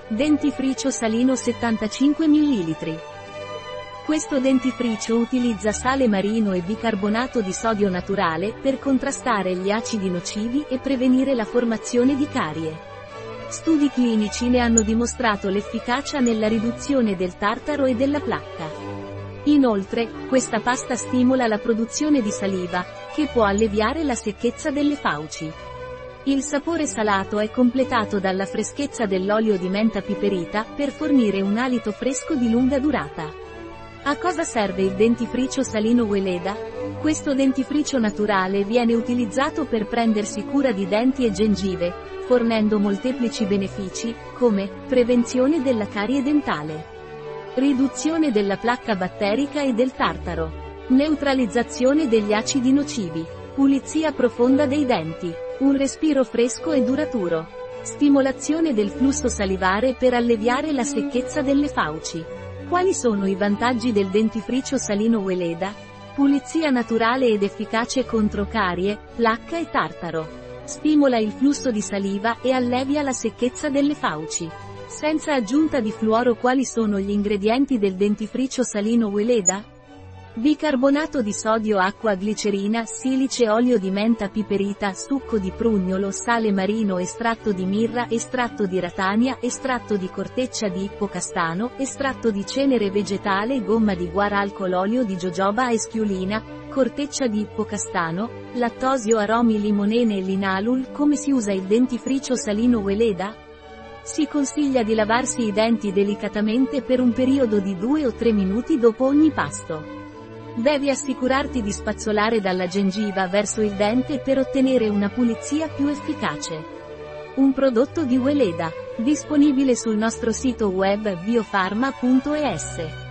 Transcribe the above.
Dentifricio salino 75 ml. Questo dentifricio utilizza sale marino e bicarbonato di sodio naturale per contrastare gli acidi nocivi e prevenire la formazione di carie. Studi clinici ne hanno dimostrato l'efficacia nella riduzione del tartaro e della placca. Inoltre, questa pasta stimola la produzione di saliva, che può alleviare la secchezza delle fauci. Il sapore salato è completato dalla freschezza dell'olio di menta piperita per fornire un alito fresco di lunga durata. A cosa serve il dentifricio salino Weleda? Questo dentifricio naturale viene utilizzato per prendersi cura di denti e gengive, fornendo molteplici benefici, come prevenzione della carie dentale, riduzione della placca batterica e del tartaro, neutralizzazione degli acidi nocivi, pulizia profonda dei denti, un respiro fresco e duraturo, stimolazione del flusso salivare per alleviare la secchezza delle fauci. Quali sono i vantaggi del dentifricio salino Weleda? Pulizia naturale ed efficace contro carie, placca e tartaro. Stimola il flusso di saliva e allevia la secchezza delle fauci. Senza aggiunta di fluoro. Quali sono gli ingredienti del dentifricio salino Weleda? Bicarbonato di sodio, acqua, glicerina, silice, olio di menta piperita, succo di prugnolo, sale marino, estratto di mirra, estratto di ratania, estratto di corteccia di ippocastano, estratto di cenere vegetale, gomma di guar, alcol, olio di jojoba e schiulina, corteccia di ippocastano, lattosio, aromi, limonene e linalol. Come si usa il dentifricio salino Weleda? Si consiglia di lavarsi i denti delicatamente per un periodo di 2 o 3 minuti dopo ogni pasto. Devi assicurarti di spazzolare dalla gengiva verso il dente per ottenere una pulizia più efficace. Un prodotto di Weleda, disponibile sul nostro sito web biofarma.es.